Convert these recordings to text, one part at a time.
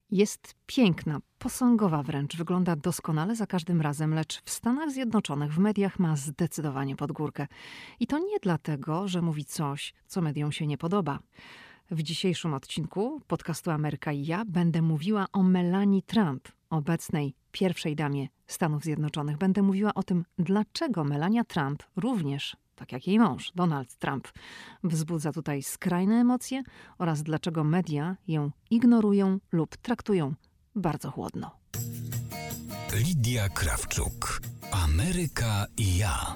Jest piękna, posągowa wręcz, wygląda doskonale za każdym razem, lecz w Stanach Zjednoczonych w mediach ma zdecydowanie pod górkę. I to nie dlatego, że mówi coś, co mediom się nie podoba. W dzisiejszym odcinku podcastu Ameryka i ja będę mówiła o Melanii Trump, obecnej pierwszej damie Stanów Zjednoczonych. Będę mówiła o tym, dlaczego Melania Trump również, tak jak jej mąż, Donald Trump, wzbudza tutaj skrajne emocje oraz dlaczego media ją ignorują lub traktują bardzo chłodno. Lidia Krawczuk. Ameryka i ja.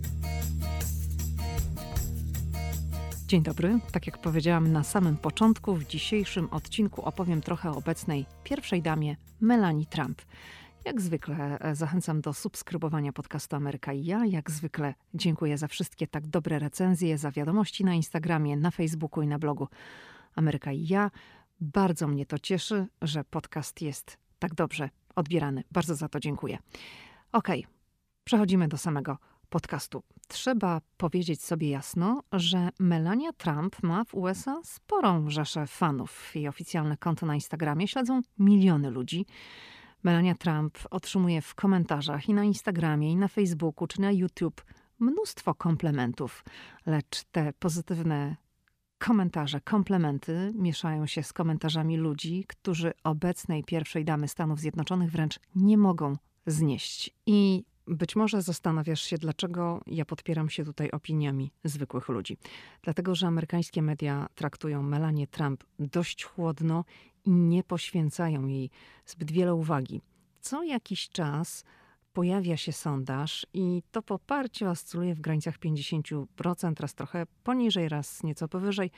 Dzień dobry. Tak jak powiedziałam na samym początku, w dzisiejszym odcinku opowiem trochę o obecnej pierwszej damie Melanii Trump. Jak zwykle zachęcam do subskrybowania podcastu Ameryka i ja. Jak zwykle dziękuję za wszystkie tak dobre recenzje, za wiadomości na Instagramie, na Facebooku i na blogu Ameryka i ja. Bardzo mnie to cieszy, że podcast jest tak dobrze odbierany. Bardzo za to dziękuję. Okej, przechodzimy do samego podcastu. Trzeba powiedzieć sobie jasno, że Melania Trump ma w USA sporą rzeszę fanów. Jej oficjalne konto na Instagramie śledzą miliony ludzi. Melania Trump otrzymuje w komentarzach i na Instagramie, i na Facebooku, czy na YouTube mnóstwo komplementów, lecz te pozytywne komentarze, komplementy mieszają się z komentarzami ludzi, którzy obecnej pierwszej damy Stanów Zjednoczonych wręcz nie mogą znieść. I być może zastanawiasz się, dlaczego ja podpieram się tutaj opiniami zwykłych ludzi. Dlatego, że amerykańskie media traktują Melanię Trump dość chłodno i nie poświęcają jej zbyt wiele uwagi. Co jakiś czas pojawia się sondaż i to poparcie oscyluje w granicach 50%, raz trochę poniżej, raz nieco powyżej.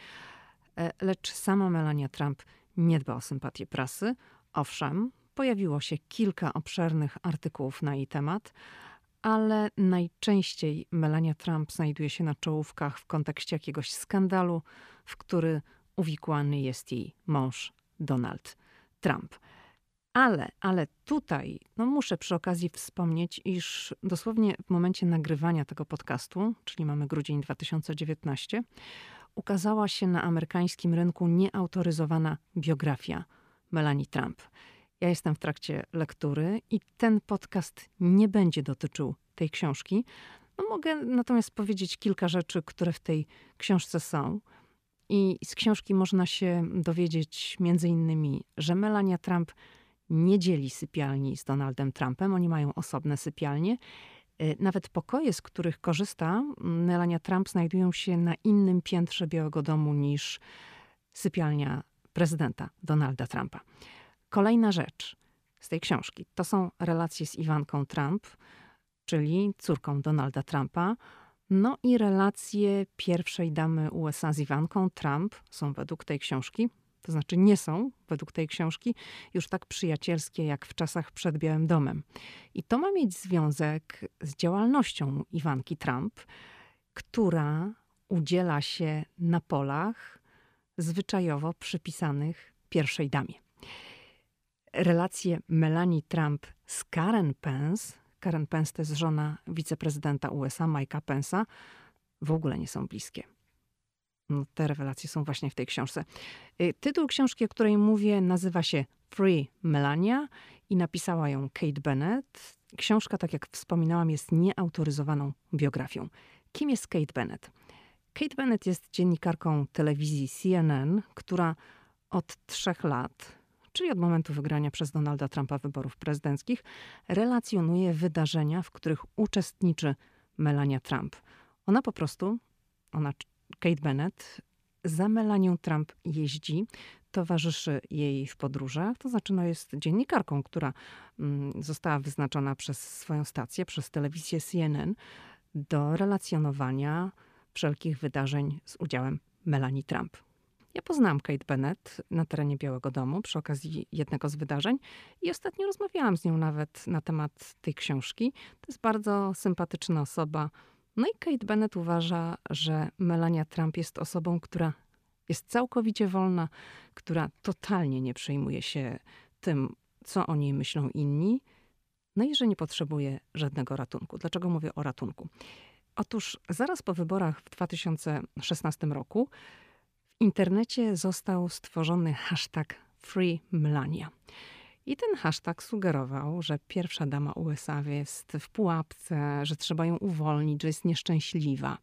Lecz sama Melania Trump nie dba o sympatię prasy. Owszem, pojawiło się kilka obszernych artykułów na jej temat, ale najczęściej Melania Trump znajduje się na czołówkach w kontekście jakiegoś skandalu, w który uwikłany jest jej mąż Donald Trump. Ale tutaj muszę przy okazji wspomnieć, iż dosłownie w momencie nagrywania tego podcastu, czyli mamy grudzień 2019, ukazała się na amerykańskim rynku nieautoryzowana biografia Melanii Trump. Ja jestem w trakcie lektury i ten podcast nie będzie dotyczył tej książki. Mogę natomiast powiedzieć kilka rzeczy, które w tej książce są. I z książki można się dowiedzieć między innymi, że Melania Trump nie dzieli sypialni z Donaldem Trumpem. Oni mają osobne sypialnie. Nawet pokoje, z których korzysta Melania Trump, znajdują się na innym piętrze Białego Domu niż sypialnia prezydenta Donalda Trumpa. Kolejna rzecz z tej książki to są relacje z Iwanką Trump, czyli córką Donalda Trumpa. I relacje pierwszej damy USA z Iwanką Trump są według tej książki, to znaczy nie są według tej książki już tak przyjacielskie jak w czasach przed Białym Domem. I to ma mieć związek z działalnością Iwanki Trump, która udziela się na polach zwyczajowo przypisanych pierwszej damie. Relacje Melanii Trump z Karen Pence to jest żona wiceprezydenta USA Mike'a Pence'a, w ogóle nie są bliskie. Te rewelacje są właśnie w tej książce. Tytuł książki, o której mówię, nazywa się Free Melania i napisała ją Kate Bennett. Książka, tak jak wspominałam, jest nieautoryzowaną biografią. Kim jest Kate Bennett? Kate Bennett jest dziennikarką telewizji CNN, która od 3 lat, czyli od momentu wygrania przez Donalda Trumpa wyborów prezydenckich, relacjonuje wydarzenia, w których uczestniczy Melania Trump. Kate Bennett, za Melanią Trump jeździ, towarzyszy jej w podróżach, to znaczy jest dziennikarką, która została wyznaczona przez swoją stację, przez telewizję CNN do relacjonowania wszelkich wydarzeń z udziałem Melanii Trump. Ja poznałam Kate Bennett na terenie Białego Domu przy okazji jednego z wydarzeń i ostatnio rozmawiałam z nią nawet na temat tej książki. To jest bardzo sympatyczna osoba. I Kate Bennett uważa, że Melania Trump jest osobą, która jest całkowicie wolna, która totalnie nie przejmuje się tym, co o niej myślą inni, i że nie potrzebuje żadnego ratunku. Dlaczego mówię o ratunku? Otóż zaraz po wyborach w 2016 roku w internecie został stworzony hashtag Free Melania. I ten hashtag sugerował, że pierwsza dama USA jest w pułapce, że trzeba ją uwolnić, że jest nieszczęśliwa.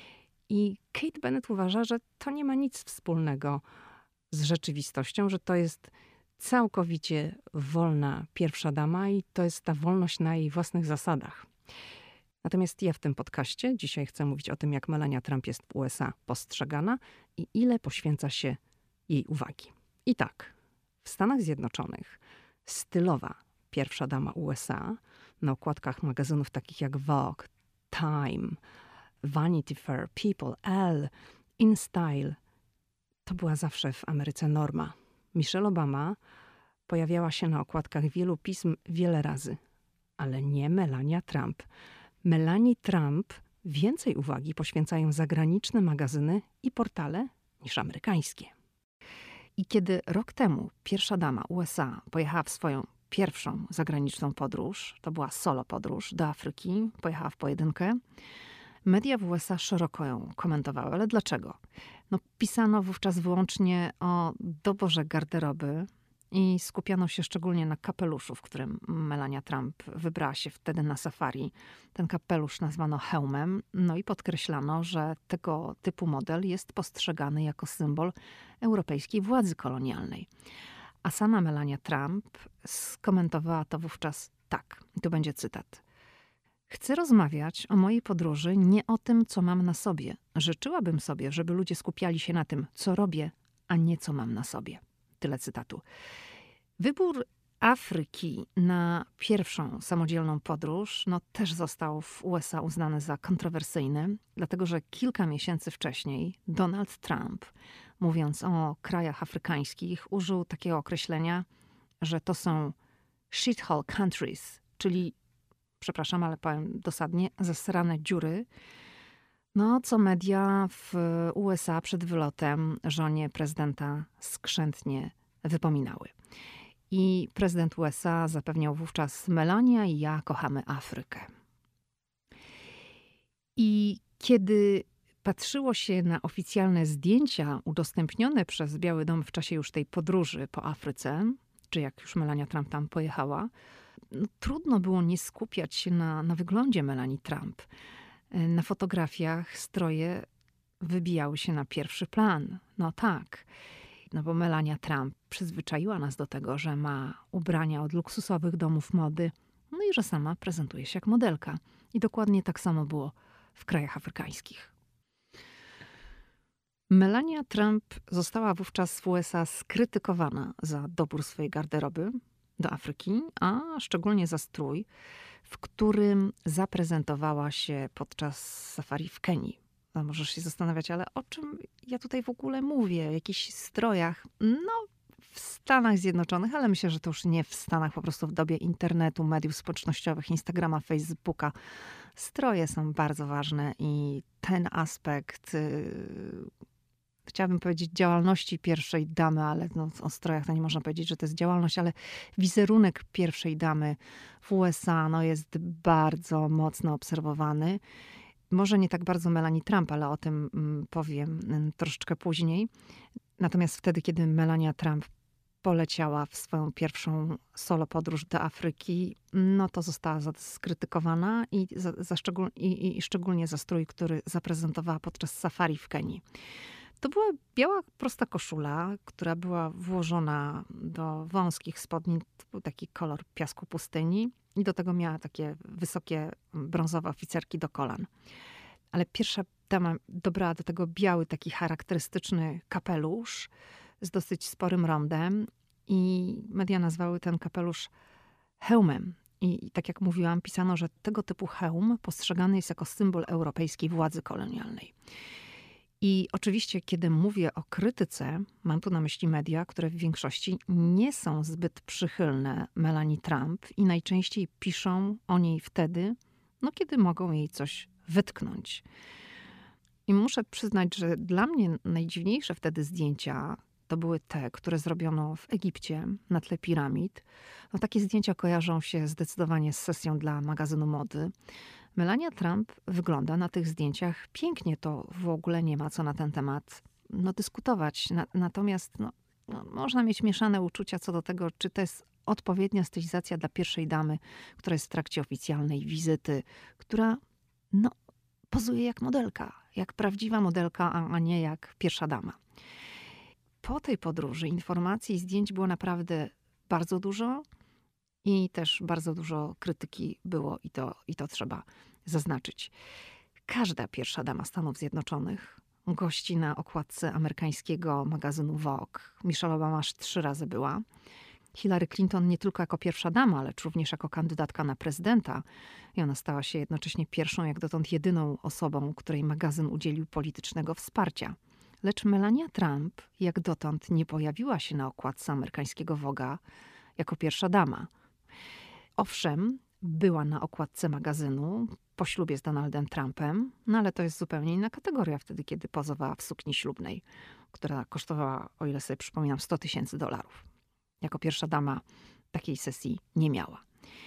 I Kate Bennett uważa, że to nie ma nic wspólnego z rzeczywistością, że to jest całkowicie wolna pierwsza dama i to jest ta wolność na jej własnych zasadach. Natomiast ja w tym podcaście dzisiaj chcę mówić o tym, jak Melania Trump jest w USA postrzegana i ile poświęca się jej uwagi. I tak, w Stanach Zjednoczonych stylowa pierwsza dama USA na okładkach magazynów takich jak Vogue, Time, Vanity Fair, People, Elle, InStyle to była zawsze w Ameryce norma. Michelle Obama pojawiała się na okładkach wielu pism wiele razy, ale nie Melania Trump. Melanii Trump więcej uwagi poświęcają zagraniczne magazyny i portale niż amerykańskie. I kiedy rok temu pierwsza dama USA pojechała w swoją pierwszą zagraniczną podróż, to była solo podróż do Afryki, pojechała w pojedynkę, media w USA szeroko ją komentowały. Ale dlaczego? No, pisano wówczas wyłącznie o doborze garderoby i skupiano się szczególnie na kapeluszu, w którym Melania Trump wybrała się wtedy na safari. Ten kapelusz nazwano hełmem, no i podkreślano, że tego typu model jest postrzegany jako symbol europejskiej władzy kolonialnej. A sama Melania Trump skomentowała to wówczas tak, i to będzie cytat. Chcę rozmawiać o mojej podróży nie o tym, co mam na sobie. Życzyłabym sobie, żeby ludzie skupiali się na tym, co robię, a nie co mam na sobie. Tyle cytatu. Wybór Afryki na pierwszą samodzielną podróż też został w USA uznany za kontrowersyjny, dlatego że kilka miesięcy wcześniej Donald Trump, mówiąc o krajach afrykańskich, użył takiego określenia, że to są shithole countries, czyli, przepraszam, ale powiem dosadnie, zasrane dziury, co media w USA przed wylotem żonie prezydenta skrzętnie wypominały. I prezydent USA zapewniał wówczas: Melania i ja kochamy Afrykę. I kiedy patrzyło się na oficjalne zdjęcia udostępnione przez Biały Dom w czasie już tej podróży po Afryce, czy jak już Melania Trump tam pojechała, trudno było nie skupiać się na wyglądzie Melanii Trump. Na fotografiach stroje wybijały się na pierwszy plan. No tak, bo Melania Trump przyzwyczaiła nas do tego, że ma ubrania od luksusowych domów mody, i że sama prezentuje się jak modelka. I dokładnie tak samo było w krajach afrykańskich. Melania Trump została wówczas w USA skrytykowana za dobór swojej garderoby do Afryki, a szczególnie za strój, w którym zaprezentowała się podczas safari w Kenii. Możesz się zastanawiać, ale o czym ja tutaj w ogóle mówię? O jakichś strojach? W Stanach Zjednoczonych, ale myślę, że to już nie w Stanach, po prostu w dobie internetu, mediów społecznościowych, Instagrama, Facebooka. Stroje są bardzo ważne i ten aspekt, chciałabym powiedzieć działalności pierwszej damy, ale o strojach to nie można powiedzieć, że to jest działalność, ale wizerunek pierwszej damy w USA jest bardzo mocno obserwowany. Może nie tak bardzo Melanii Trump, ale o tym powiem troszeczkę później. Natomiast wtedy, kiedy Melania Trump poleciała w swoją pierwszą solo podróż do Afryki, to została skrytykowana i szczególnie za strój, który zaprezentowała podczas safari w Kenii. To była biała, prosta koszula, która była włożona do wąskich spodni. To był taki kolor piasku pustyni i do tego miała takie wysokie, brązowe oficerki do kolan. Ale pierwsza dama dobrała do tego biały, taki charakterystyczny kapelusz z dosyć sporym rondem i media nazwały ten kapelusz hełmem. I tak jak mówiłam, pisano, że tego typu hełm postrzegany jest jako symbol europejskiej władzy kolonialnej. I oczywiście, kiedy mówię o krytyce, mam tu na myśli media, które w większości nie są zbyt przychylne Melanii Trump i najczęściej piszą o niej wtedy, kiedy mogą jej coś wytknąć. I muszę przyznać, że dla mnie najdziwniejsze wtedy zdjęcia to były te, które zrobiono w Egipcie na tle piramid. Takie zdjęcia kojarzą się zdecydowanie z sesją dla magazynu mody. Melania Trump wygląda na tych zdjęciach pięknie, to w ogóle nie ma co na ten temat dyskutować. Natomiast no, można mieć mieszane uczucia co do tego, czy to jest odpowiednia stylizacja dla pierwszej damy, która jest w trakcie oficjalnej wizyty, która no, pozuje jak modelka, jak prawdziwa modelka, a nie jak pierwsza dama. Po tej podróży informacji i zdjęć było naprawdę bardzo dużo i też bardzo dużo krytyki było i to trzeba zaznaczyć. Każda pierwsza dama Stanów Zjednoczonych gości na okładce amerykańskiego magazynu Vogue. Michelle Obama aż 3 razy była. Hillary Clinton nie tylko jako pierwsza dama, lecz również jako kandydatka na prezydenta. I ona stała się jednocześnie pierwszą, jak dotąd jedyną osobą, której magazyn udzielił politycznego wsparcia. Lecz Melania Trump jak dotąd nie pojawiła się na okładce amerykańskiego Vogue'a jako pierwsza dama. Owszem, była na okładce magazynu po ślubie z Donaldem Trumpem, no ale to jest zupełnie inna kategoria wtedy, kiedy pozowała w sukni ślubnej, która kosztowała, o ile sobie przypominam, $100,000. Jako pierwsza dama takiej sesji nie miała.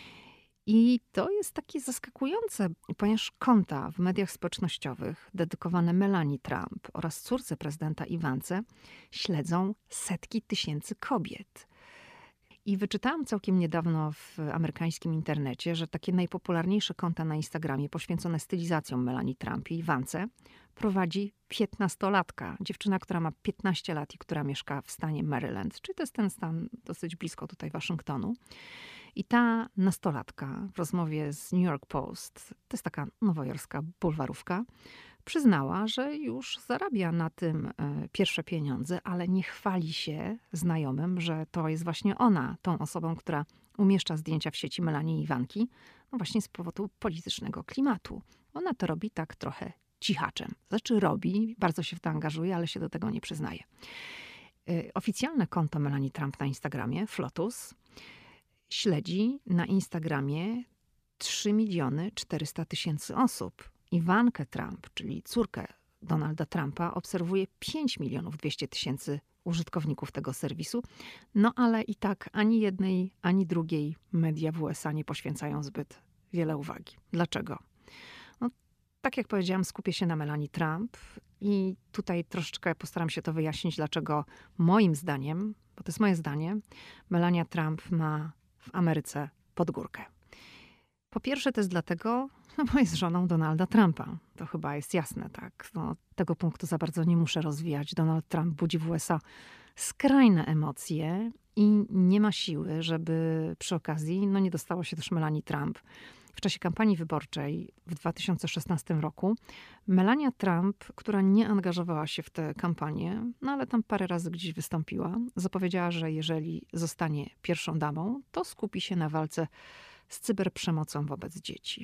I to jest takie zaskakujące, ponieważ konta w mediach społecznościowych dedykowane Melanii Trump oraz córce prezydenta Iwance śledzą setki tysięcy kobiet. I wyczytałam całkiem niedawno w amerykańskim internecie, że takie najpopularniejsze konta na Instagramie poświęcone stylizacjom Melanii Trump i Iwance prowadzi 15-latka. Dziewczyna, która ma 15 lat i która mieszka w stanie Maryland. Czyli to jest ten stan dosyć blisko tutaj Waszyngtonu. I ta nastolatka w rozmowie z New York Post, to jest taka nowojorska bulwarówka, przyznała, że już zarabia na tym pierwsze pieniądze, ale nie chwali się znajomym, że to jest właśnie ona, tą osobą, która umieszcza zdjęcia w sieci Melanii i Iwanki, no właśnie z powodu politycznego klimatu. Ona to robi tak trochę cichaczem. Znaczy robi, bardzo się w to angażuje, ale się do tego nie przyznaje. Oficjalne konto Melanii Trump na Instagramie, Flotus, śledzi na Instagramie 3 400 000 osób. Iwankę Trump, czyli córkę Donalda Trumpa, obserwuje 5 200 000 użytkowników tego serwisu. No ale i tak ani jednej, ani drugiej media w USA nie poświęcają zbyt wiele uwagi. Dlaczego? No, tak jak powiedziałam, skupię się na Melanii Trump i tutaj troszeczkę postaram się to wyjaśnić, dlaczego moim zdaniem, bo to jest moje zdanie, Melania Trump ma w Ameryce pod górkę. Po pierwsze to jest dlatego, bo jest żoną Donalda Trumpa. To chyba jest jasne, tak? No, tego punktu za bardzo nie muszę rozwijać. Donald Trump budzi w USA skrajne emocje i nie ma siły, żeby przy okazji, no nie dostało się też Melanii Trump. W czasie kampanii wyborczej w 2016 roku Melania Trump, która nie angażowała się w tę kampanię, no ale tam parę razy gdzieś wystąpiła, zapowiedziała, że jeżeli zostanie pierwszą damą, to skupi się na walce z cyberprzemocą wobec dzieci.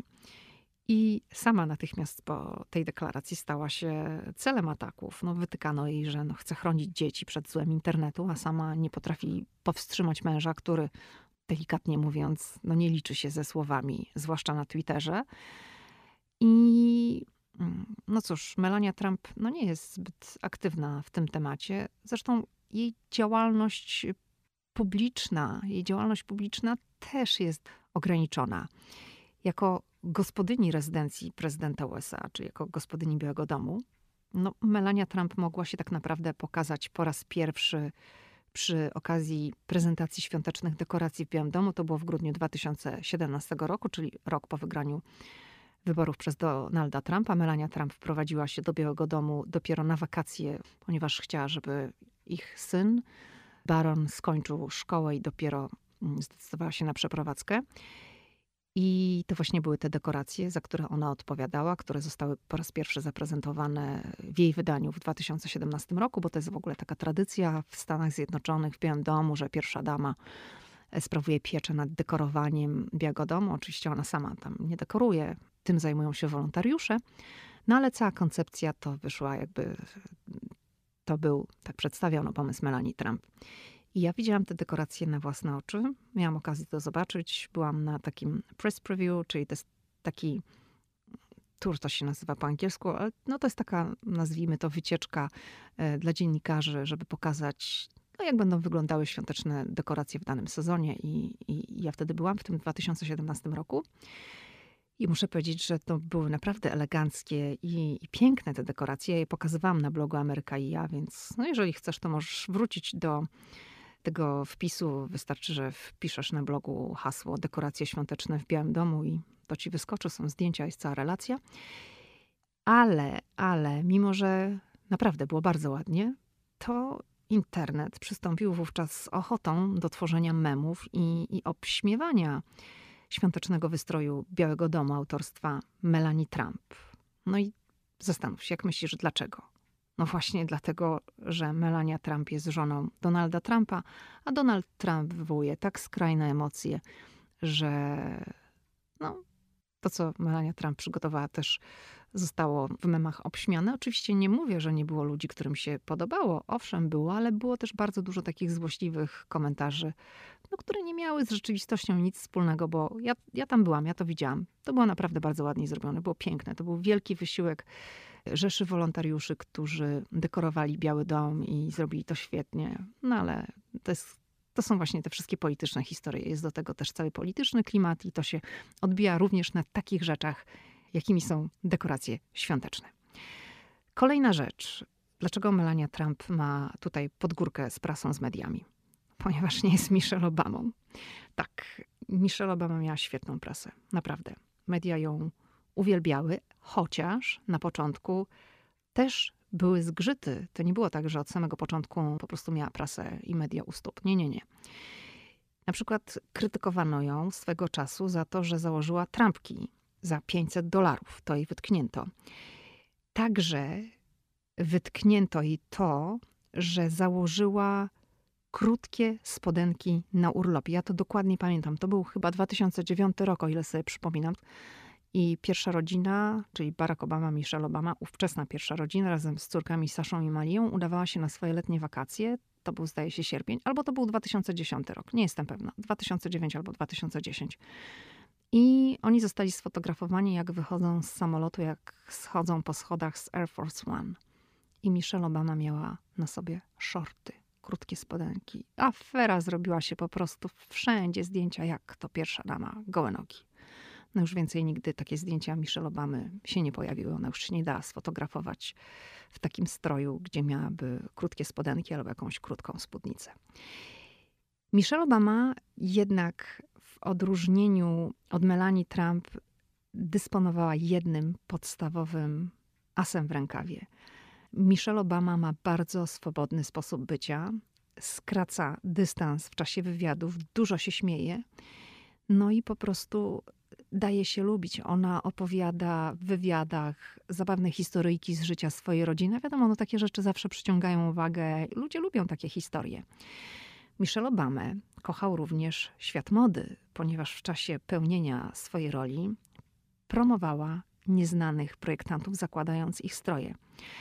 I sama natychmiast po tej deklaracji stała się celem ataków. No, wytykano jej, że chce chronić dzieci przed złem internetu, a sama nie potrafi powstrzymać męża, który, delikatnie mówiąc, no nie liczy się ze słowami, zwłaszcza na Twitterze. I no cóż, Melania Trump no nie jest zbyt aktywna w tym temacie. Zresztą jej działalność publiczna też jest ograniczona. Jako gospodyni rezydencji prezydenta USA, czy jako gospodyni Białego Domu, no Melania Trump mogła się tak naprawdę pokazać po raz pierwszy przy okazji prezentacji świątecznych dekoracji w Białym Domu. To było w grudniu 2017 roku, czyli rok po wygraniu wyborów przez Donalda Trumpa. Melania Trump wprowadziła się do Białego Domu dopiero na wakacje, ponieważ chciała, żeby ich syn, Baron, skończył szkołę i dopiero zdecydowała się na przeprowadzkę. I to właśnie były te dekoracje, za które ona odpowiadała, które zostały po raz pierwszy zaprezentowane w jej wydaniu w 2017 roku, bo to jest w ogóle taka tradycja w Stanach Zjednoczonych, w Białym Domu, że pierwsza dama sprawuje pieczę nad dekorowaniem Białego Domu. Oczywiście ona sama tam nie dekoruje, tym zajmują się wolontariusze, no ale cała koncepcja to wyszła jakby, to był, tak przedstawiono pomysł Melanii Trump. I ja widziałam te dekoracje na własne oczy. Miałam okazję to zobaczyć. Byłam na takim press preview, czyli to jest taki tour, to się nazywa po angielsku, ale no to jest taka, nazwijmy to, wycieczka dla dziennikarzy, żeby pokazać, no jak będą wyglądały świąteczne dekoracje w danym sezonie. I ja wtedy byłam w tym 2017 roku. I muszę powiedzieć, że to były naprawdę eleganckie i piękne te dekoracje. Ja je pokazywałam na blogu Ameryka i ja, więc no jeżeli chcesz, to możesz wrócić do tego wpisu. Wystarczy, że wpiszesz na blogu hasło dekoracje świąteczne w Białym Domu i to ci wyskoczy, są zdjęcia, jest cała relacja. Ale mimo, że naprawdę było bardzo ładnie, to internet przystąpił wówczas z ochotą do tworzenia memów i obśmiewania świątecznego wystroju Białego Domu autorstwa Melanie Trump. No i zastanów się, jak myślisz, dlaczego? No właśnie dlatego, że Melania Trump jest żoną Donalda Trumpa, a Donald Trump wywołuje tak skrajne emocje, że no, to, co Melania Trump przygotowała, też zostało w memach obśmiane. Oczywiście nie mówię, że nie było ludzi, którym się podobało. Owszem, było, ale było też bardzo dużo takich złośliwych komentarzy, no, które nie miały z rzeczywistością nic wspólnego, bo ja tam byłam, ja to widziałam. To było naprawdę bardzo ładnie zrobione, było piękne. To był wielki wysiłek rzeszy wolontariuszy, którzy dekorowali Biały Dom i zrobili to świetnie. No ale to są właśnie te wszystkie polityczne historie. Jest do tego też cały polityczny klimat i to się odbija również na takich rzeczach, jakimi są dekoracje świąteczne. Kolejna rzecz. Dlaczego Melania Trump ma tutaj podgórkę z prasą, z mediami? Ponieważ nie jest Michelle Obamą. Tak, Michelle Obama miała świetną prasę. Naprawdę. Media ją uwielbiały, chociaż na początku też były zgrzyty. To nie było tak, że od samego początku po prostu miała prasę i media u stóp. Nie. Na przykład krytykowano ją swego czasu za to, że założyła trampki za $500. To jej wytknięto. Także wytknięto jej to, że założyła krótkie spodenki na urlop. Ja to dokładnie pamiętam. To był chyba 2009 rok, o ile sobie przypominam. I pierwsza rodzina, czyli Barack Obama, Michelle Obama, ówczesna pierwsza rodzina razem z córkami Saszą i Malią udawała się na swoje letnie wakacje. To był, zdaje się, sierpień, albo to był 2010 rok. Nie jestem pewna. 2009 albo 2010. I oni zostali sfotografowani, jak wychodzą z samolotu, jak schodzą po schodach z Air Force One. I Michelle Obama miała na sobie szorty, krótkie spodenki. Afera zrobiła się po prostu wszędzie, zdjęcia jak to pierwsza dama, gołe nogi. No już więcej nigdy takie zdjęcia Michelle Obamy się nie pojawiły. Ona już się nie da sfotografować w takim stroju, gdzie miałaby krótkie spodenki albo jakąś krótką spódnicę. Michelle Obama jednak w odróżnieniu od Melanie Trump dysponowała jednym podstawowym asem w rękawie. Michelle Obama ma bardzo swobodny sposób bycia, skraca dystans w czasie wywiadów, dużo się śmieje, no i po prostu daje się lubić. Ona opowiada w wywiadach zabawne historyjki z życia swojej rodziny. Wiadomo, no takie rzeczy zawsze przyciągają uwagę. Ludzie lubią takie historie. Michelle Obamę kochał również świat mody, ponieważ w czasie pełnienia swojej roli promowała nieznanych projektantów, zakładając ich stroje.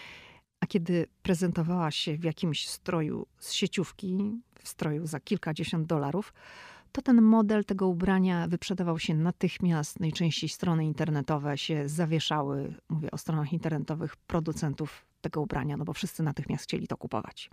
A kiedy prezentowała się w jakimś stroju z sieciówki, w stroju za kilkadziesiąt dolarów, to ten model tego ubrania wyprzedawał się natychmiast. Najczęściej strony internetowe się zawieszały, mówię o stronach internetowych producentów tego ubrania, no bo wszyscy natychmiast chcieli to kupować.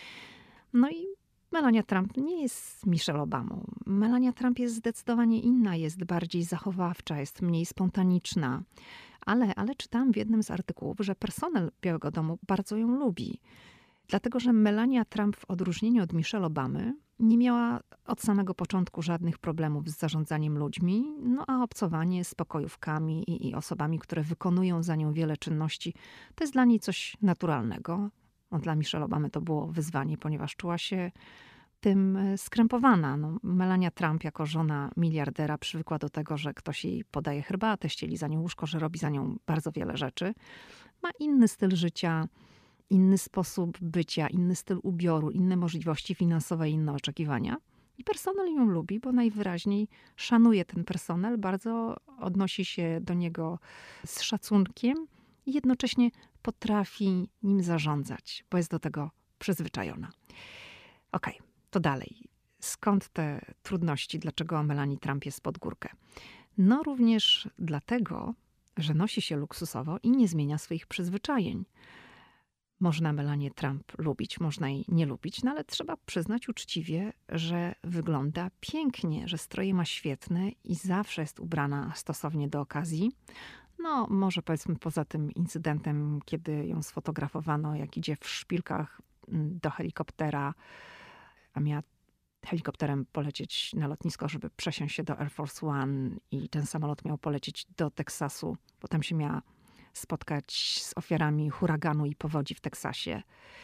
No i Melania Trump nie jest Michelle Obamą. Melania Trump jest zdecydowanie inna, jest bardziej zachowawcza, jest mniej spontaniczna. Ale czytałam w jednym z artykułów, że personel Białego Domu bardzo ją lubi. Dlatego, że Melania Trump w odróżnieniu od Michelle Obamy nie miała od samego początku żadnych problemów z zarządzaniem ludźmi, no a obcowanie z pokojówkami i osobami, które wykonują za nią wiele czynności, to jest dla niej coś naturalnego. No, dla Michelle Obamy to było wyzwanie, ponieważ czuła się tym skrępowana. No, Melania Trump jako żona miliardera przywykła do tego, że ktoś jej podaje herbatę, ścieli za nią łóżko, że robi za nią bardzo wiele rzeczy. Ma inny styl życia, inny sposób bycia, inny styl ubioru, inne możliwości finansowe, inne oczekiwania. I personel ją lubi, bo najwyraźniej szanuje ten personel, bardzo odnosi się do niego z szacunkiem i jednocześnie potrafi nim zarządzać, bo jest do tego przyzwyczajona. Okej, to dalej. Skąd te trudności? Dlaczego Melanie Trump jest pod górkę? No również dlatego, że nosi się luksusowo i nie zmienia swoich przyzwyczajeń. Można Melanię Trump lubić, można jej nie lubić, no ale trzeba przyznać uczciwie, że wygląda pięknie, że stroje ma świetne i zawsze jest ubrana stosownie do okazji. No, może powiedzmy poza tym incydentem, kiedy ją sfotografowano, jak idzie w szpilkach do helikoptera, a miała helikopterem polecieć na lotnisko, żeby przesiąść się do Air Force One i ten samolot miał polecieć do Teksasu. Potem się miała spotkać z ofiarami huraganu i powodzi w Teksasie.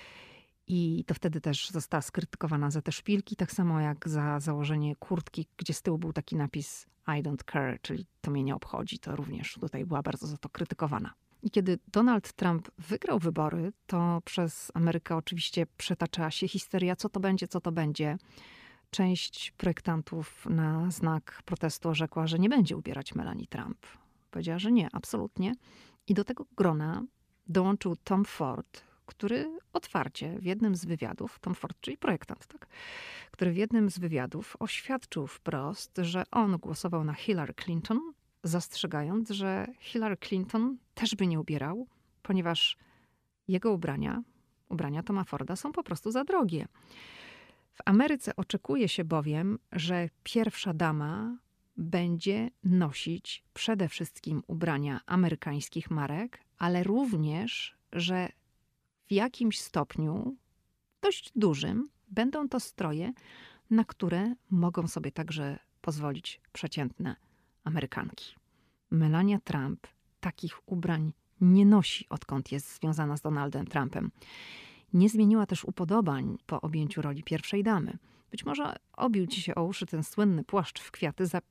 I to wtedy też została skrytykowana za te szpilki, tak samo jak za założenie kurtki, gdzie z tyłu był taki napis I don't care, czyli to mnie nie obchodzi. To również tutaj była bardzo za to krytykowana. I kiedy Donald Trump wygrał wybory, to przez Amerykę oczywiście przetaczała się histeria, co to będzie, co to będzie. Część projektantów na znak protestu orzekła, że nie będzie ubierać Melanie Trump. Powiedziała, że nie, absolutnie. I do tego grona dołączył Tom Ford, który otwarcie w jednym z wywiadów, Tom Ford, czyli projektant, tak, który w jednym z wywiadów oświadczył wprost, że on głosował na Hillary Clinton, zastrzegając, że Hillary Clinton też by nie ubierał, ponieważ jego ubrania Toma Forda są po prostu za drogie. W Ameryce oczekuje się bowiem, że pierwsza dama będzie nosić przede wszystkim ubrania amerykańskich marek, ale również, że w jakimś stopniu, dość dużym, będą to stroje, na które mogą sobie także pozwolić przeciętne Amerykanki. Melania Trump takich ubrań nie nosi, odkąd jest związana z Donaldem Trumpem. Nie zmieniła też upodobań po objęciu roli pierwszej damy. Być może obił ci się o uszy ten słynny płaszcz w kwiaty za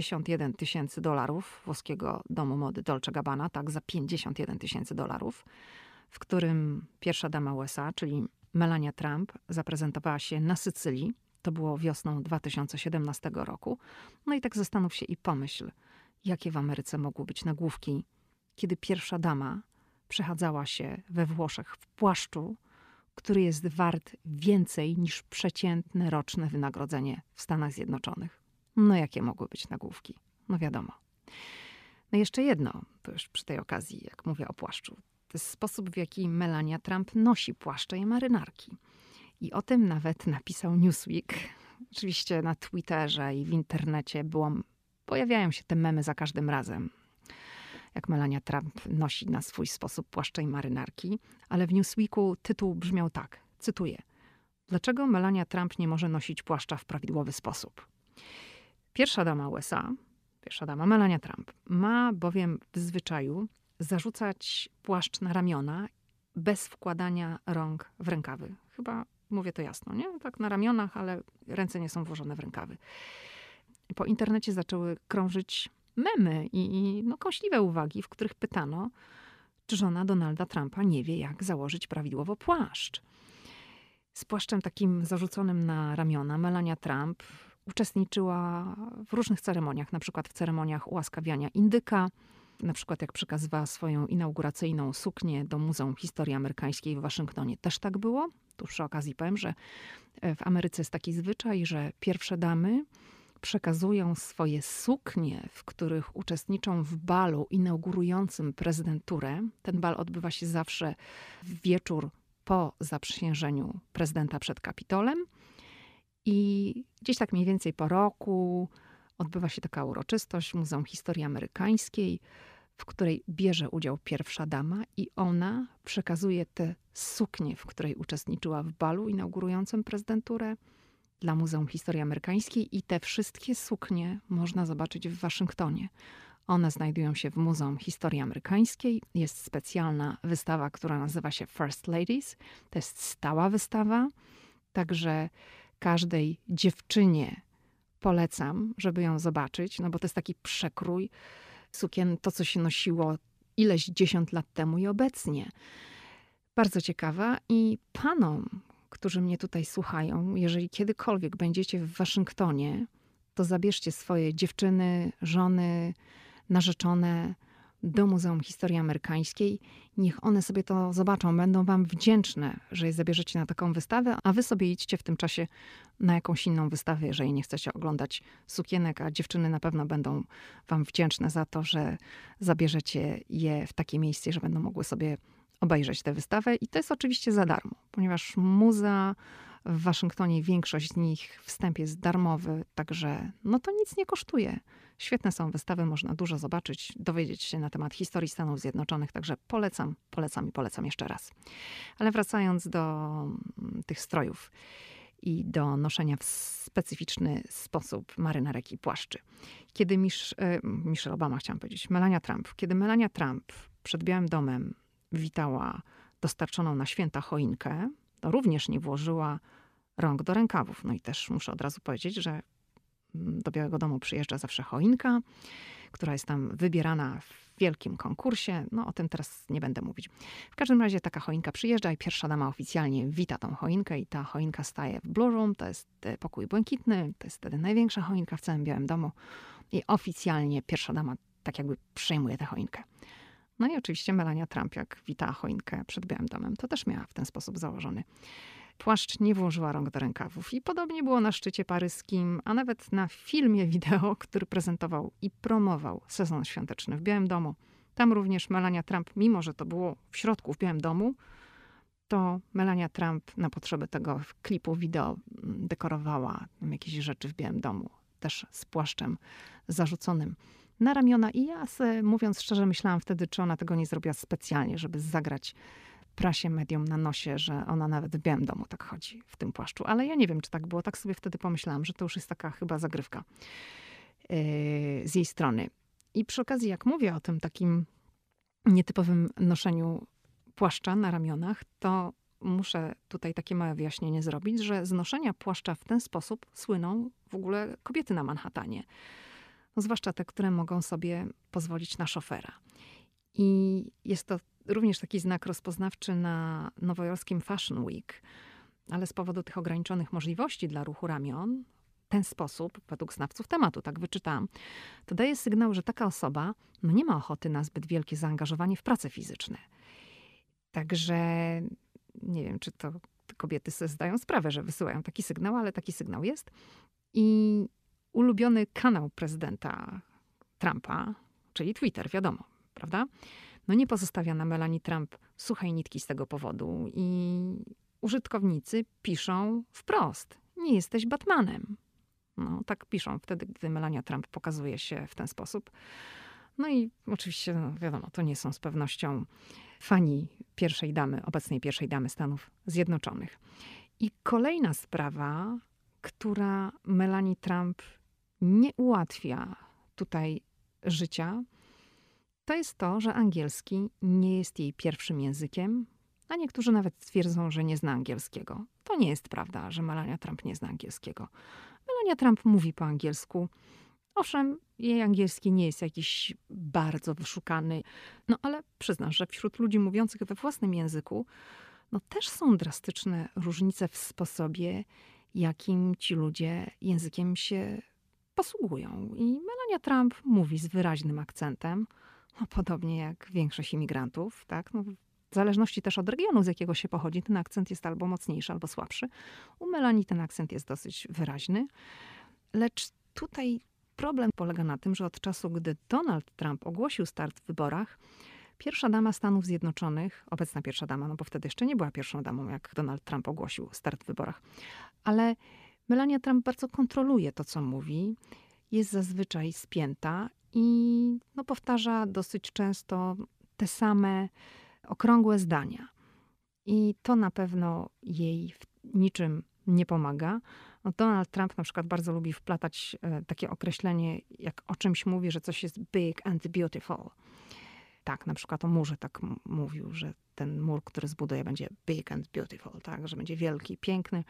$51,000 włoskiego domu mody Dolce Gabbana, tak, za $51,000, w którym pierwsza dama USA, czyli Melania Trump, zaprezentowała się na Sycylii. To było wiosną 2017 roku. No i tak zastanów się i pomyśl, jakie w Ameryce mogły być nagłówki, kiedy pierwsza dama przechadzała się we Włoszech w płaszczu, który jest wart więcej niż przeciętne roczne wynagrodzenie w Stanach Zjednoczonych. No jakie mogły być nagłówki? No wiadomo. No jeszcze jedno, to już przy tej okazji, jak mówię o płaszczu. To jest sposób, w jaki Melania Trump nosi płaszcze i marynarki. I o tym nawet napisał Newsweek. Oczywiście na Twitterze i w internecie pojawiają się te memy za każdym razem, jak Melania Trump nosi na swój sposób płaszcze i marynarki. Ale w Newsweeku tytuł brzmiał tak, cytuję: Dlaczego Melania Trump nie może nosić płaszcza w prawidłowy sposób? Pierwsza dama USA, pierwsza dama Melania Trump, ma bowiem w zwyczaju zarzucać płaszcz na ramiona bez wkładania rąk w rękawy. Chyba mówię to jasno, nie? Tak na ramionach, ale ręce nie są włożone w rękawy. Po internecie zaczęły krążyć memy i kąśliwe uwagi, w których pytano, czy żona Donalda Trumpa nie wie, jak założyć prawidłowo płaszcz. Z płaszczem takim zarzuconym na ramiona Melania Trump uczestniczyła w różnych ceremoniach, na przykład w ceremoniach ułaskawiania indyka, na przykład jak przekazywała swoją inauguracyjną suknię do Muzeum Historii Amerykańskiej w Waszyngtonie. Też tak było. Tu przy okazji powiem, że w Ameryce jest taki zwyczaj, że pierwsze damy przekazują swoje suknie, w których uczestniczą w balu inaugurującym prezydenturę. Ten bal odbywa się zawsze w wieczór po zaprzysiężeniu prezydenta przed Kapitolem. I gdzieś tak mniej więcej po roku odbywa się taka uroczystość w Muzeum Historii Amerykańskiej, w której bierze udział pierwsza dama i ona przekazuje te suknie, w której uczestniczyła w balu inaugurującym prezydenturę, dla Muzeum Historii Amerykańskiej i te wszystkie suknie można zobaczyć w Waszyngtonie. One znajdują się w Muzeum Historii Amerykańskiej. Jest specjalna wystawa, która nazywa się First Ladies. To jest stała wystawa, także każdej dziewczynie polecam, żeby ją zobaczyć, no bo to jest taki przekrój sukien, to co się nosiło ileś 10 lat temu i obecnie. Bardzo ciekawa i panom, którzy mnie tutaj słuchają, jeżeli kiedykolwiek będziecie w Waszyngtonie, to zabierzcie swoje dziewczyny, żony, narzeczone do Muzeum Historii Amerykańskiej. Niech one sobie to zobaczą. Będą wam wdzięczne, że je zabierzecie na taką wystawę, a wy sobie idźcie w tym czasie na jakąś inną wystawę, jeżeli nie chcecie oglądać sukienek, a dziewczyny na pewno będą wam wdzięczne za to, że zabierzecie je w takie miejsce, że będą mogły sobie obejrzeć tę wystawę i to jest oczywiście za darmo, ponieważ muzea w Waszyngtonie, większość z nich, wstęp jest darmowy, także no to nic nie kosztuje. Świetne są wystawy, można dużo zobaczyć, dowiedzieć się na temat historii Stanów Zjednoczonych, także polecam, polecam i polecam jeszcze raz. Ale wracając do tych strojów i do noszenia w specyficzny sposób marynarek i płaszczy. Kiedy Michelle Obama, chciałam powiedzieć, kiedy Melania Trump przed Białym Domem witała dostarczoną na święta choinkę, to również nie włożyła rąk do rękawów. No i też muszę od razu powiedzieć, że do Białego Domu przyjeżdża zawsze choinka, która jest tam wybierana w wielkim konkursie. No o tym teraz nie będę mówić. W każdym razie taka choinka przyjeżdża i pierwsza dama oficjalnie wita tą choinkę i ta choinka staje w Blue Room, to jest pokój błękitny, to jest wtedy największa choinka w całym Białym Domu i oficjalnie pierwsza dama tak jakby przejmuje tę choinkę. No i oczywiście Melania Trump, jak witała choinkę przed Białym Domem, to też miała w ten sposób założony płaszcz, nie włożyła rąk do rękawów. I podobnie było na szczycie paryskim, a nawet na filmie wideo, który prezentował i promował sezon świąteczny w Białym Domu. Tam również Melania Trump, mimo że to było w środku, w Białym Domu, to Melania Trump na potrzeby tego klipu wideo dekorowała jakieś rzeczy w Białym Domu. Też z płaszczem zarzuconym na ramiona. I ja, mówiąc szczerze, myślałam wtedy, czy ona tego nie zrobiła specjalnie, żeby zagrać prasie, mediom na nosie, że ona nawet w Białym Domu tak chodzi w tym płaszczu. Ale ja nie wiem, czy tak było. Tak sobie wtedy pomyślałam, że to już jest taka chyba zagrywka z jej strony. I przy okazji, jak mówię o tym takim nietypowym noszeniu płaszcza na ramionach, to muszę tutaj takie małe wyjaśnienie zrobić, że z noszenia płaszcza w ten sposób słyną w ogóle kobiety na Manhattanie. No, zwłaszcza te, które mogą sobie pozwolić na szofera. I jest to również taki znak rozpoznawczy na nowojorskim Fashion Week, ale z powodu tych ograniczonych możliwości dla ruchu ramion, w ten sposób, według znawców tematu, tak wyczytałam, to daje sygnał, że taka osoba no nie ma ochoty na zbyt wielkie zaangażowanie w prace fizyczne. Także nie wiem, czy to kobiety sobie zdają sprawę, że wysyłają taki sygnał, ale taki sygnał jest. I ulubiony kanał prezydenta Trumpa, czyli Twitter, wiadomo, prawda? No nie pozostawia na Melanii Trump suchej nitki z tego powodu i użytkownicy piszą wprost: nie jesteś Batmanem. No tak piszą wtedy, gdy Melania Trump pokazuje się w ten sposób. No i oczywiście, no wiadomo, to nie są z pewnością fani pierwszej damy, obecnej pierwszej damy Stanów Zjednoczonych. I kolejna sprawa, która Melanii Trump nie ułatwia tutaj życia, to jest to, że angielski nie jest jej pierwszym językiem, a niektórzy nawet twierdzą, że nie zna angielskiego. To nie jest prawda, że Melania Trump nie zna angielskiego. Melania Trump mówi po angielsku. Owszem, jej angielski nie jest jakiś bardzo wyszukany, no ale przyznam, że wśród ludzi mówiących we własnym języku, no też są drastyczne różnice w sposobie, jakim ci ludzie językiem się posługują. I Melania Trump mówi z wyraźnym akcentem, no podobnie jak większość imigrantów, tak? No, w zależności też od regionu, z jakiego się pochodzi, ten akcent jest albo mocniejszy, albo słabszy. U Melanii ten akcent jest dosyć wyraźny. Lecz tutaj problem polega na tym, że od czasu, gdy Donald Trump ogłosił start w wyborach, pierwsza dama Stanów Zjednoczonych, obecna pierwsza dama, no bo wtedy jeszcze nie była pierwszą damą, jak Donald Trump ogłosił start w wyborach, ale Melania Trump bardzo kontroluje to, co mówi, jest zazwyczaj spięta i no, powtarza dosyć często te same okrągłe zdania. I to na pewno jej w niczym nie pomaga. No, Donald Trump na przykład bardzo lubi wplatać takie określenie, jak o czymś mówi, że coś jest big and beautiful. Tak, na przykład o murze tak mówił, że ten mur, który zbuduje, będzie big and beautiful, tak, że będzie wielki, piękny.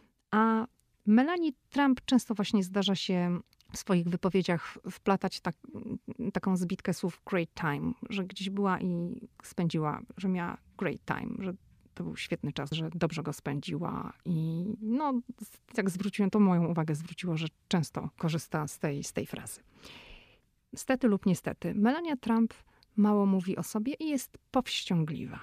A Melanii Trump często właśnie zdarza się w swoich wypowiedziach wplatać taką zbitkę słów great time, że gdzieś była i spędziła, że miała great time, że to był świetny czas, że dobrze go spędziła i no, jak zwróciłem, to moją uwagę zwróciło, że często korzysta z tej frazy. Stety lub niestety, Melania Trump mało mówi o sobie i jest powściągliwa.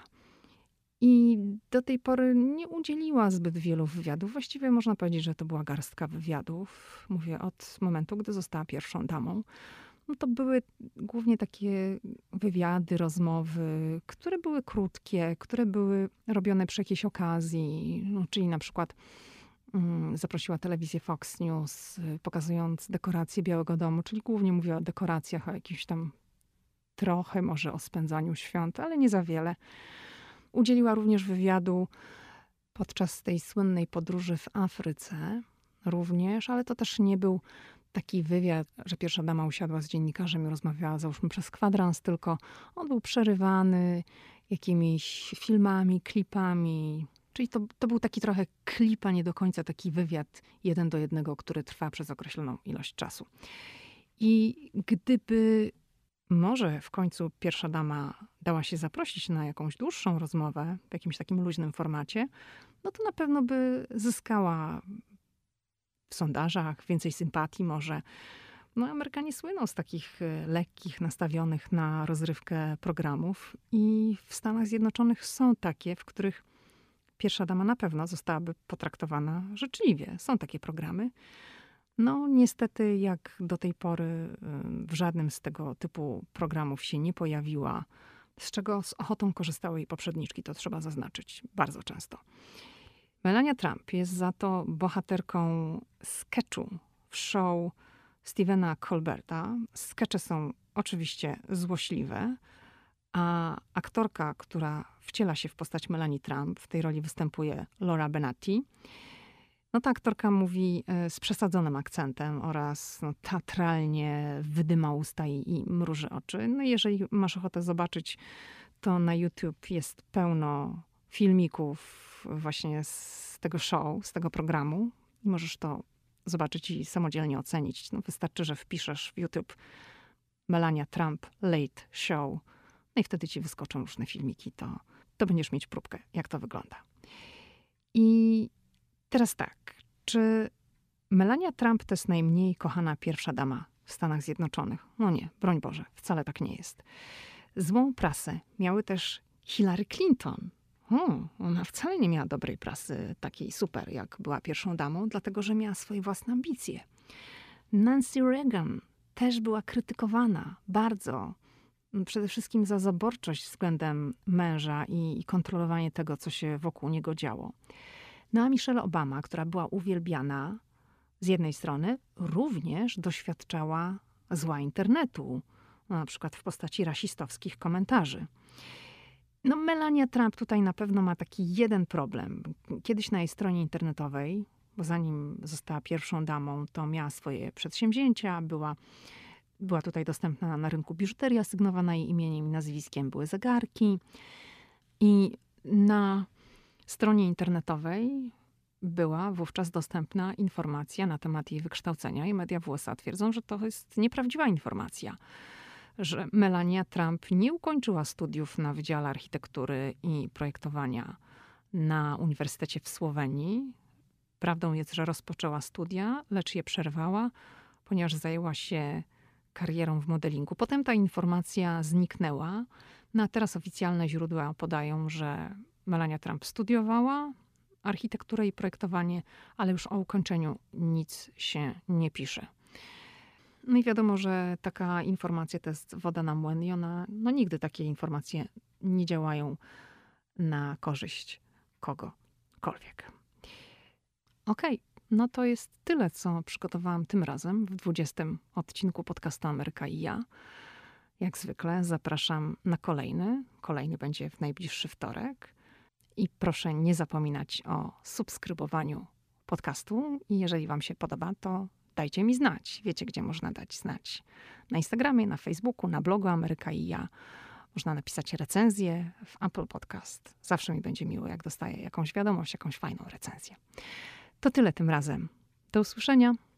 I do tej pory nie udzieliła zbyt wielu wywiadów. Właściwie można powiedzieć, że to była garstka wywiadów. Mówię od momentu, gdy została pierwszą damą. no to były głównie takie wywiady, rozmowy, które były krótkie, które były robione przy jakiejś okazji. No, czyli na przykład zaprosiła telewizję Fox News, pokazując dekoracje Białego Domu, czyli głównie mówiła o dekoracjach, o jakimś tam trochę może o spędzaniu świąt, ale nie za wiele. Udzieliła również wywiadu podczas tej słynnej podróży w Afryce również, ale to też nie był taki wywiad, że pierwsza dama usiadła z dziennikarzem i rozmawiała załóżmy przez kwadrans, tylko on był przerywany jakimiś filmami, klipami. Czyli to był taki trochę klip, a nie do końca taki wywiad 1:1, który trwa przez określoną ilość czasu. I gdyby może w końcu pierwsza dama dała się zaprosić na jakąś dłuższą rozmowę w jakimś takim luźnym formacie, no to na pewno by zyskała w sondażach więcej sympatii może. No, Amerykanie słyną z takich lekkich, nastawionych na rozrywkę programów i w Stanach Zjednoczonych są takie, w których pierwsza dama na pewno zostałaby potraktowana życzliwie. Są takie programy. No niestety, jak do tej pory w żadnym z tego typu programów się nie pojawiła, z czego z ochotą korzystały jej poprzedniczki, to trzeba zaznaczyć bardzo często. Melania Trump jest za to bohaterką sketchu w show Stephena Colberta. Skecze są oczywiście złośliwe, a aktorka, która wciela się w postać Melanii Trump, w tej roli występuje Laura Benanti. No ta aktorka mówi z przesadzonym akcentem oraz teatralnie wydyma usta i mruży oczy. No jeżeli masz ochotę zobaczyć, to na YouTube jest pełno filmików właśnie z tego show, z tego programu. I możesz to zobaczyć i samodzielnie ocenić. No wystarczy, że wpiszesz w YouTube Melania Trump Late Show. No i wtedy ci wyskoczą różne filmiki. To będziesz mieć próbkę, jak to wygląda. I teraz tak, czy Melania Trump to jest najmniej kochana pierwsza dama w Stanach Zjednoczonych? No nie, broń Boże, wcale tak nie jest. Złą prasę miały też Hillary Clinton. Ona wcale nie miała dobrej prasy, takiej super, jak była pierwszą damą, dlatego że miała swoje własne ambicje. Nancy Reagan też była krytykowana bardzo. Przede wszystkim za zaborczość względem męża i kontrolowanie tego, co się wokół niego działo. No a Michelle Obama, która była uwielbiana z jednej strony, również doświadczała zła internetu, na przykład w postaci rasistowskich komentarzy. No Melania Trump tutaj na pewno ma taki jeden problem. Kiedyś na jej stronie internetowej, bo zanim została pierwszą damą, to miała swoje przedsięwzięcia, była tutaj dostępna na rynku biżuteria sygnowana jej imieniem i nazwiskiem, były zegarki. I na stronie internetowej była wówczas dostępna informacja na temat jej wykształcenia i media w USA twierdzą, że to jest nieprawdziwa informacja, że Melania Trump nie ukończyła studiów na Wydziale Architektury i Projektowania na Uniwersytecie w Słowenii. Prawdą jest, że rozpoczęła studia, lecz je przerwała, ponieważ zajęła się karierą w modelingu. Potem ta informacja zniknęła, no a teraz oficjalne źródła podają, że Melania Trump studiowała architekturę i projektowanie, ale już o ukończeniu nic się nie pisze. No i wiadomo, że taka informacja to jest woda na młyn i nigdy takie informacje nie działają na korzyść kogokolwiek. Okej, no to jest tyle, co przygotowałam tym razem w 20. odcinku podcastu Ameryka i ja. Jak zwykle zapraszam na kolejny. Kolejny będzie w najbliższy wtorek. I proszę nie zapominać o subskrybowaniu podcastu. I jeżeli wam się podoba, to dajcie mi znać. Wiecie, gdzie można dać znać. Na Instagramie, na Facebooku, na blogu Ameryka i ja. Można napisać recenzję w Apple Podcast. Zawsze mi będzie miło, jak dostaję jakąś wiadomość, jakąś fajną recenzję. To tyle tym razem. Do usłyszenia.